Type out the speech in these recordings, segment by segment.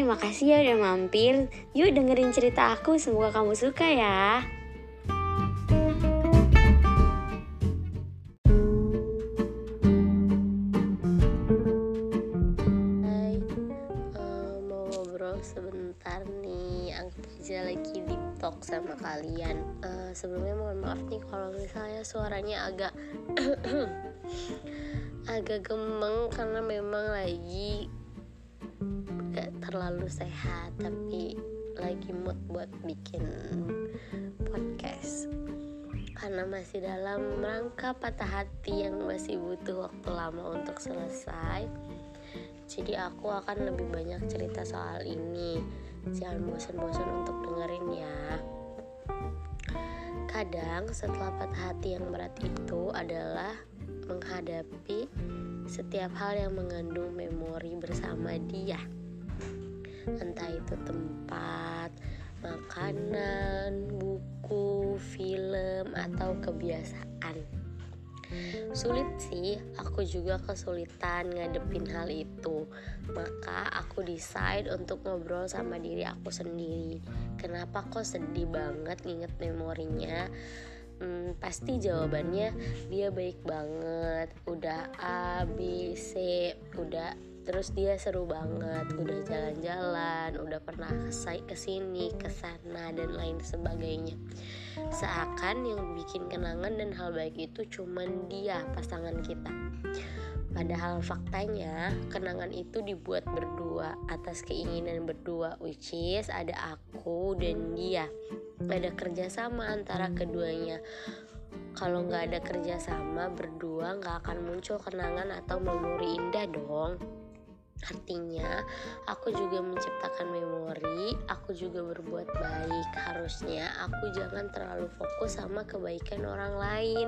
Hai, makasih ya udah mampir. Yuk dengerin cerita aku, semoga kamu suka ya. Hai, mau ngobrol sebentar nih. Anggap aja lagi deep talk sama kalian. Sebelumnya mohon maaf nih kalau misalnya suaranya agak agak gemeng karena memang lagi gak terlalu sehat, tapi lagi mood buat bikin podcast karena masih dalam rangka patah hati yang masih butuh waktu lama untuk selesai. Jadi aku akan lebih banyak cerita soal ini. Jangan bosan-bosan untuk dengerin ya. Kadang setelah patah hati yang berat itu adalah menghadapi setiap hal yang mengandung memori bersama dia. Entah itu tempat, makanan, buku, film, atau kebiasaan. Sulit sih, aku juga kesulitan ngadepin hal itu. Maka aku decide untuk ngobrol sama diri aku sendiri. Kenapa kok sedih banget nginget memorinya? Pasti jawabannya dia baik banget. Udah A, B, C, terus dia seru banget, udah jalan-jalan, udah pernah kesini, kesana, dan lain sebagainya. Seakan yang bikin kenangan dan hal baik itu cuman dia, pasangan kita. Padahal faktanya kenangan itu dibuat berdua atas keinginan berdua, which is ada aku dan dia. Ada kerjasama antara keduanya. Kalau gak ada kerjasama berdua gak akan muncul kenangan atau memori indah dong. Artinya aku juga menciptakan memori, aku juga berbuat baik. Harusnya aku jangan terlalu fokus sama kebaikan orang lain,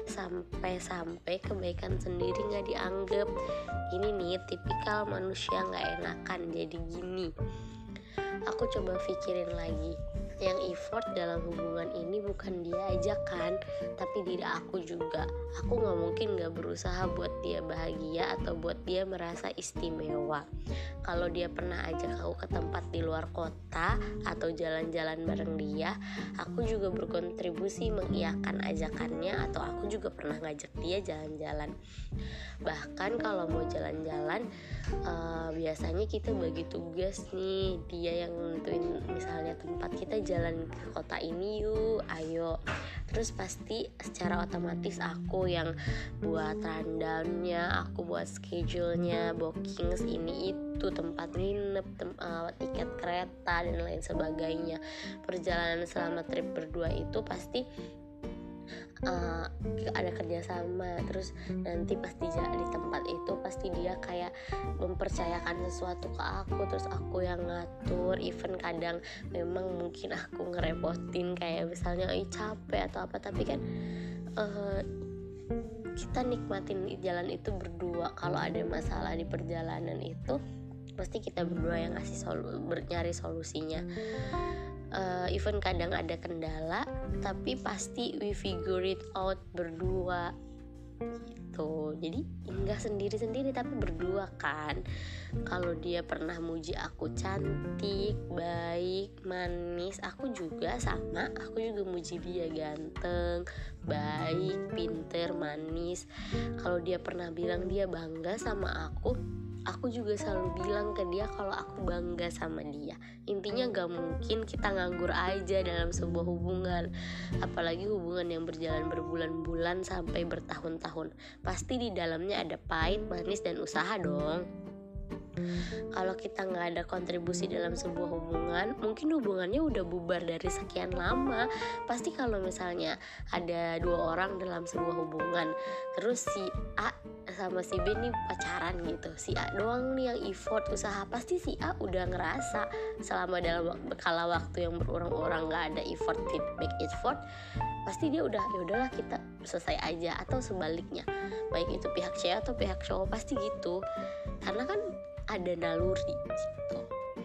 sampai kebaikan sendiri gak dianggap. Ini nih tipikal manusia gak enakan. Jadi gini, aku coba pikirin lagi, yang effort dalam hubungan ini bukan dia aja kan, tapi diri aku juga. Aku gak mungkin gak berusaha buat dia bahagia atau buat dia merasa istimewa. Kalau dia pernah ajak aku ke tempat di luar kota atau jalan-jalan bareng dia, aku juga berkontribusi mengiyakan ajakannya, atau aku juga pernah ngajak dia jalan-jalan. Bahkan kalau mau jalan-jalan, biasanya kita bagi tugas nih. Dia yang nentuin misalnya tempat, kita jalan ke kota ini yuk, ayo. Terus pasti secara otomatis aku yang buat rundown-nya, aku buat schedule-nya, bookings ini itu, tempat nginep, tiket kereta dan lain sebagainya. Perjalanan selama trip berdua itu pasti ada kerjasama. Terus nanti pasti di tempat itu pasti dia kayak mempercayakan sesuatu ke aku, terus aku yang ngatur. Even kadang memang mungkin aku ngerepotin, kayak misalnya capek atau apa, tapi kan kita nikmatin jalan itu berdua. Kalau ada masalah di perjalanan itu pasti kita berdua yang nyari solusinya. Even kadang ada kendala, tapi pasti we figure it out berdua gitu. Jadi enggak sendiri-sendiri tapi berdua kan. Kalau dia pernah muji aku cantik, baik, manis, aku juga sama. Aku juga muji dia ganteng, baik, pinter, manis. Kalau dia pernah bilang dia bangga sama aku juga selalu bilang ke dia kalau aku bangga sama dia. Intinya gak mungkin kita nganggur aja dalam sebuah hubungan, apalagi hubungan yang berjalan berbulan-bulan sampai bertahun-tahun. Pasti di dalamnya ada pahit, manis, dan usaha dong. Kalau kita gak ada kontribusi dalam sebuah hubungan, mungkin hubungannya udah bubar dari sekian lama. Pasti kalau misalnya ada 2 orang dalam sebuah hubungan, terus si A sama si B nih pacaran gitu, si A doang nih yang effort, usaha, pasti si A udah ngerasa selama dalam kala waktu yang berurang-urang gak ada effort, feedback effort, pasti dia udah ya udahlah kita selesai aja. Atau sebaliknya, baik itu pihak cewek atau pihak cowok, pasti gitu, karena kan ada naluri gitu.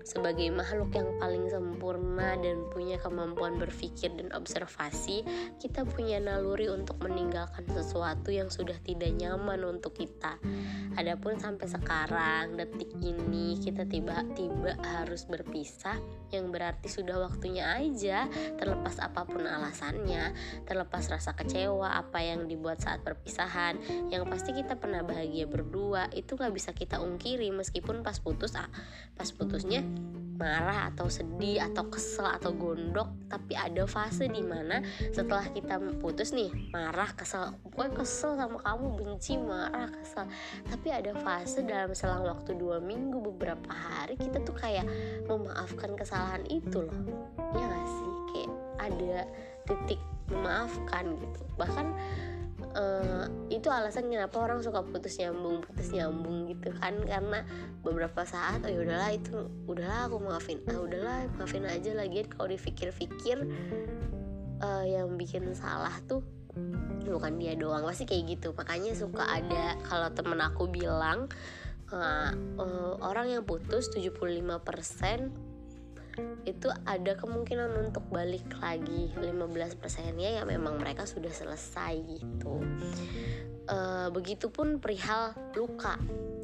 sebagai makhluk yang paling sempurna dan punya kemampuan berpikir dan observasi, kita punya naluri untuk meninggalkan sesuatu yang sudah tidak nyaman untuk kita. Adapun sampai sekarang, detik ini kita tiba-tiba harus berpisah, yang berarti sudah waktunya aja, terlepas apapun alasannya, terlepas rasa kecewa apa yang dibuat saat perpisahan. Yang pasti kita pernah bahagia berdua, itu gak bisa kita ungkiri. Meskipun pas putusnya marah atau sedih atau kesel atau gondok, tapi ada fase dimana setelah kita putus nih, marah, kesel, pokoknya kesel sama kamu, benci, marah, kesel, tapi ada fase dalam selang waktu 2 minggu, beberapa hari, kita tuh kayak memaafkan kesalahan itu loh, ya gak sih? Kayak ada titik memaafkan gitu. Bahkan itu alasan kenapa orang suka putus nyambung gitu kan, karena beberapa saat udahlah aku maafin aja. Lagian kalau dipikir-pikir yang bikin salah tuh bukan dia doang, pasti kayak gitu. Makanya suka ada, kalau temen aku bilang orang yang putus 75% itu ada kemungkinan untuk balik lagi, 15%-nya ya memang mereka sudah selesai gitu. Begitupun perihal luka.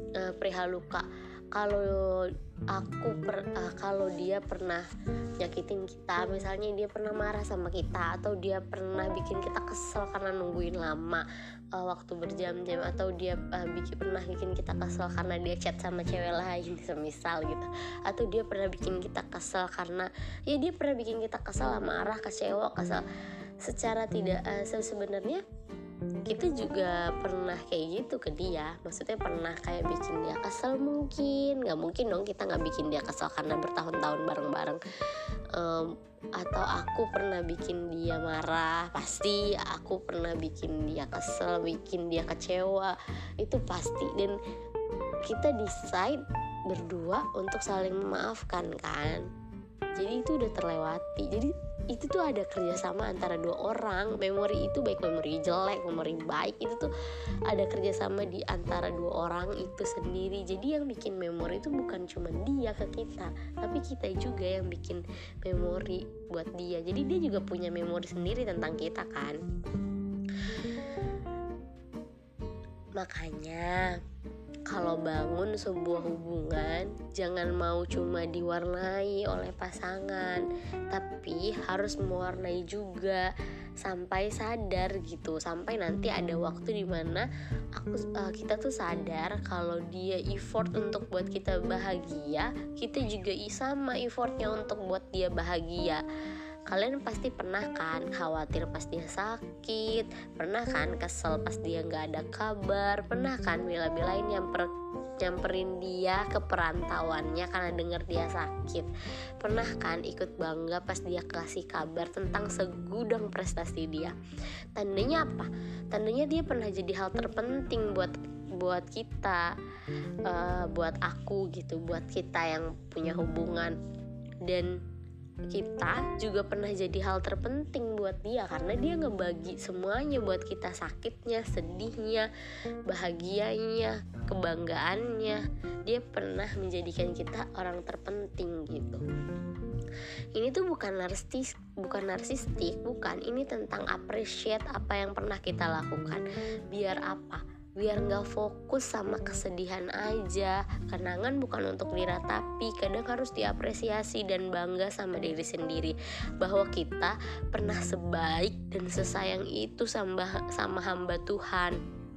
Kalau dia pernah nyakitin kita, misalnya dia pernah marah sama kita, atau dia pernah bikin kita kesel karena nungguin lama waktu berjam-jam, atau dia pernah bikin kita kesel karena dia chat sama cewek lain semisal gitu, atau dia pernah bikin kita kesel karena dia pernah bikin kita kesel, marah, kecewa, kesel secara tidak sebenarnya kita juga pernah kayak gitu ke dia. Maksudnya pernah kayak bikin dia kesel, mungkin nggak mungkin dong kita nggak bikin dia kesel karena bertahun-tahun bareng-bareng. Atau aku pernah bikin dia marah, pasti aku pernah bikin dia kesel, bikin dia kecewa, itu pasti. Dan kita decide berdua untuk saling memaafkan kan, jadi itu udah terlewati. Jadi itu tuh ada kerjasama antara 2 orang. Memori itu baik memori jelek, memori baik, itu tuh ada kerjasama di antara 2 orang itu sendiri. Jadi yang bikin memori itu bukan cuma dia ke kita, tapi kita juga yang bikin memori buat dia. Jadi dia juga punya memori sendiri tentang kita kan. Makanya kalau bangun sebuah hubungan, jangan mau cuma diwarnai oleh pasangan, tapi harus mewarnai juga sampai sadar gitu. Sampai nanti ada waktu dimana kita tuh sadar kalau dia effort untuk buat kita bahagia, kita juga sama effortnya untuk buat dia bahagia. Kalian pasti pernah kan khawatir pas dia sakit, pernah kan kesel pas dia gak ada kabar, pernah kan bela-belain nyamperin dia ke perantauannya karena denger dia sakit, pernah kan ikut bangga pas dia kasih kabar tentang segudang prestasi dia. Tandanya apa? Tandanya dia pernah jadi hal terpenting buat kita, buat aku gitu, buat kita yang punya hubungan. Dan kita juga pernah jadi hal terpenting buat dia, karena dia ngebagi semuanya buat kita, sakitnya, sedihnya, bahagianya, kebanggaannya. Dia pernah menjadikan kita orang terpenting gitu. Ini tuh bukan narsistik, bukan. Ini tentang appreciate apa yang pernah kita lakukan. Biar apa? Biar gak fokus sama kesedihan aja. Kenangan bukan untuk diratapi, kadang harus diapresiasi dan bangga sama diri sendiri, bahwa kita pernah sebaik dan sesayang itu sama hamba Tuhan.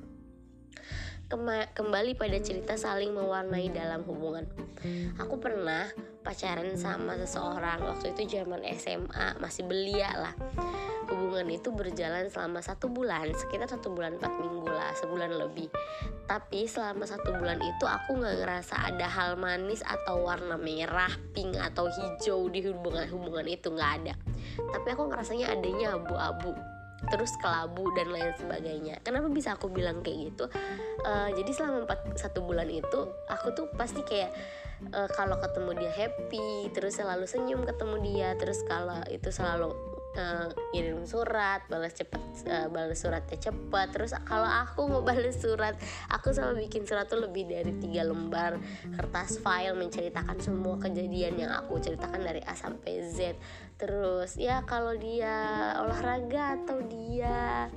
Kembali pada cerita saling mewarnai dalam hubungan. Aku pernah pacaran sama seseorang, waktu itu zaman SMA, masih belia lah. Hubungan itu berjalan selama 1 bulan, sekitar 1 bulan 4 minggu lah, sebulan lebih. Tapi selama 1 bulan itu aku gak ngerasa ada hal manis atau warna merah, pink atau hijau di hubungan itu, gak ada. Tapi aku ngerasanya adanya abu-abu, terus kelabu dan lain sebagainya. Kenapa bisa aku bilang kayak gitu? Jadi selama 1 bulan itu aku tuh pasti kayak kalau ketemu dia happy, terus selalu senyum ketemu dia, terus kalau itu selalu ngirim surat, balas suratnya cepet. Terus kalau aku ngebales surat, aku selalu bikin surat tuh lebih dari 3 lembar kertas file menceritakan semua kejadian yang aku ceritakan dari A sampai Z. Terus ya kalau dia olahraga atau dia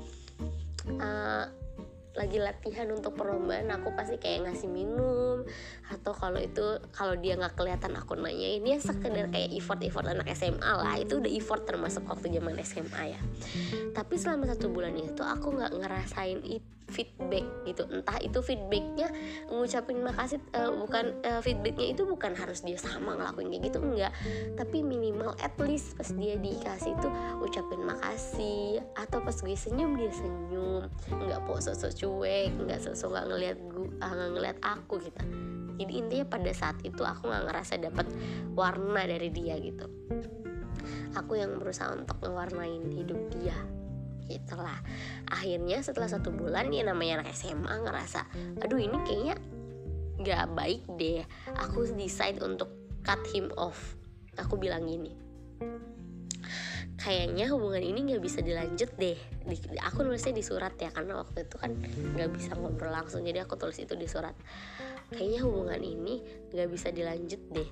lagi latihan untuk perlombaan, aku pasti kayak ngasih minum. Atau kalau dia nggak kelihatan aku nanyain, ya sekedar kayak effort anak SMA lah. Itu udah effort termasuk waktu zaman SMA ya. Tapi selama 1 bulan itu aku nggak ngerasain feedback gitu. Entah itu feedbacknya ngucapin makasih, feedbacknya itu bukan harus dia sama ngelakuin kayak gitu, enggak. Tapi minimal at least pas dia dikasih itu ucapin makasih. Atau pas gue senyum dia senyum, nggak sok-sok cuek, nggak sok-sok nggak ngeliat aku gitu. Jadi intinya pada saat itu aku nggak ngerasa dapat warna dari dia gitu. Aku yang berusaha untuk ngewarnain hidup dia. Gitulah. Akhirnya setelah 1 bulan, ya namanya anak SMA ngerasa, aduh ini kayaknya gak baik deh. Aku decide untuk cut him off. Aku bilang gini, kayaknya hubungan ini gak bisa dilanjut deh. Aku nulisnya di surat ya, karena waktu itu kan gak bisa ngobrol langsung, jadi aku tulis itu di surat. Kayaknya hubungan ini gak bisa dilanjut deh.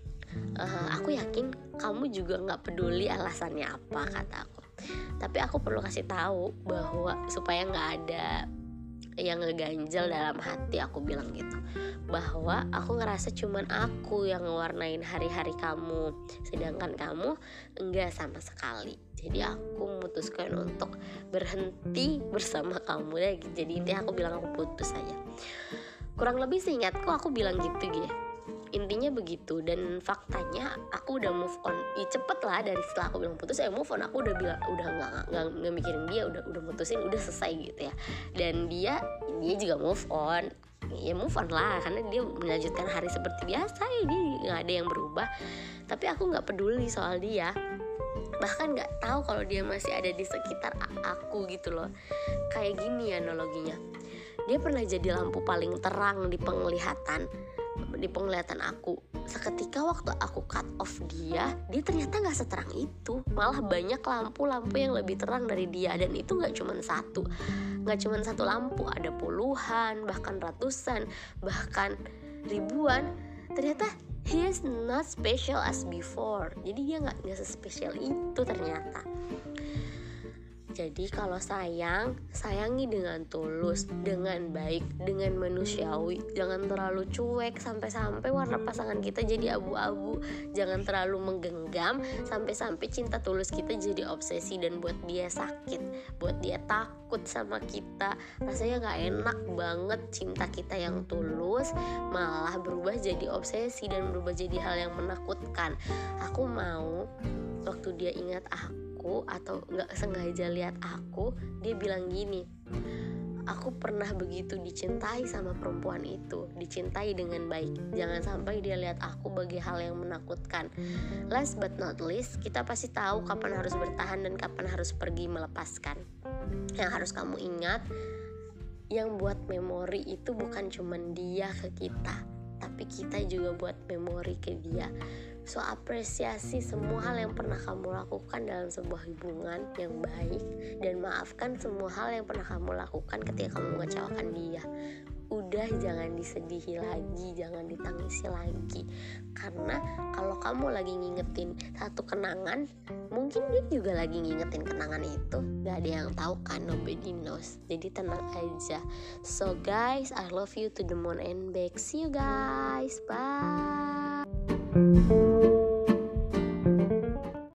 Aku yakin kamu juga gak peduli alasannya apa, kata aku. Tapi aku perlu kasih tahu bahwa supaya nggak ada yang ngeganjel dalam hati, aku bilang gitu, bahwa aku ngerasa cuman aku yang ngewarnain hari-hari kamu, sedangkan kamu enggak sama sekali. Jadi aku memutuskan untuk berhenti bersama kamu deh. Jadi intinya aku bilang aku putus aja. Kurang lebih seingatku aku bilang gitu gitu. Intinya begitu. Dan faktanya aku udah move on. Cepet lah, dari setelah aku bilang putus move on. Aku udah bilang udah nggak mikirin dia, udah mutusin, udah selesai gitu ya. Dan dia juga move on. Ya move on lah, karena dia melanjutkan hari seperti biasa ya, dia nggak ada yang berubah. Tapi aku nggak peduli soal dia, bahkan nggak tahu kalau dia masih ada di sekitar aku gitu loh. Kayak gini analoginya, dia pernah jadi lampu paling terang di penglihatan aku. Seketika waktu aku cut off dia ternyata gak seterang itu. Malah banyak lampu-lampu yang lebih terang dari dia. Dan itu gak cuma satu lampu, ada puluhan, bahkan ratusan, bahkan ribuan. Ternyata he is not special as before. Jadi dia gak sespesial itu ternyata. Jadi kalau sayangi dengan tulus, dengan baik, dengan manusiawi. Jangan terlalu cuek sampai-sampai warna pasangan kita jadi abu-abu. Jangan terlalu menggenggam sampai-sampai cinta tulus kita jadi obsesi dan buat dia sakit, buat dia takut sama kita. Rasanya gak enak banget cinta kita yang tulus malah berubah jadi obsesi dan berubah jadi hal yang menakutkan. Aku mau waktu dia ingat aku atau nggak sengaja lihat aku, dia bilang gini, aku pernah begitu dicintai sama perempuan itu, dicintai dengan baik. Jangan sampai dia lihat aku sebagai hal yang menakutkan. Last but not least, kita pasti tahu kapan harus bertahan dan kapan harus pergi melepaskan. Yang harus kamu ingat, yang buat memori itu bukan cuman dia ke kita, tapi kita juga buat memori ke dia. So apresiasi semua hal yang pernah kamu lakukan dalam sebuah hubungan yang baik, dan maafkan semua hal yang pernah kamu lakukan ketika kamu mengecewakan dia. Udah, jangan disedihi lagi, jangan ditangisi lagi. Karena kalau kamu lagi ngingetin satu kenangan, mungkin dia juga lagi ngingetin kenangan itu. Gak ada yang tahu kan, nobody knows. Jadi tenang aja. So guys, I love you to the moon and back. See you guys, bye.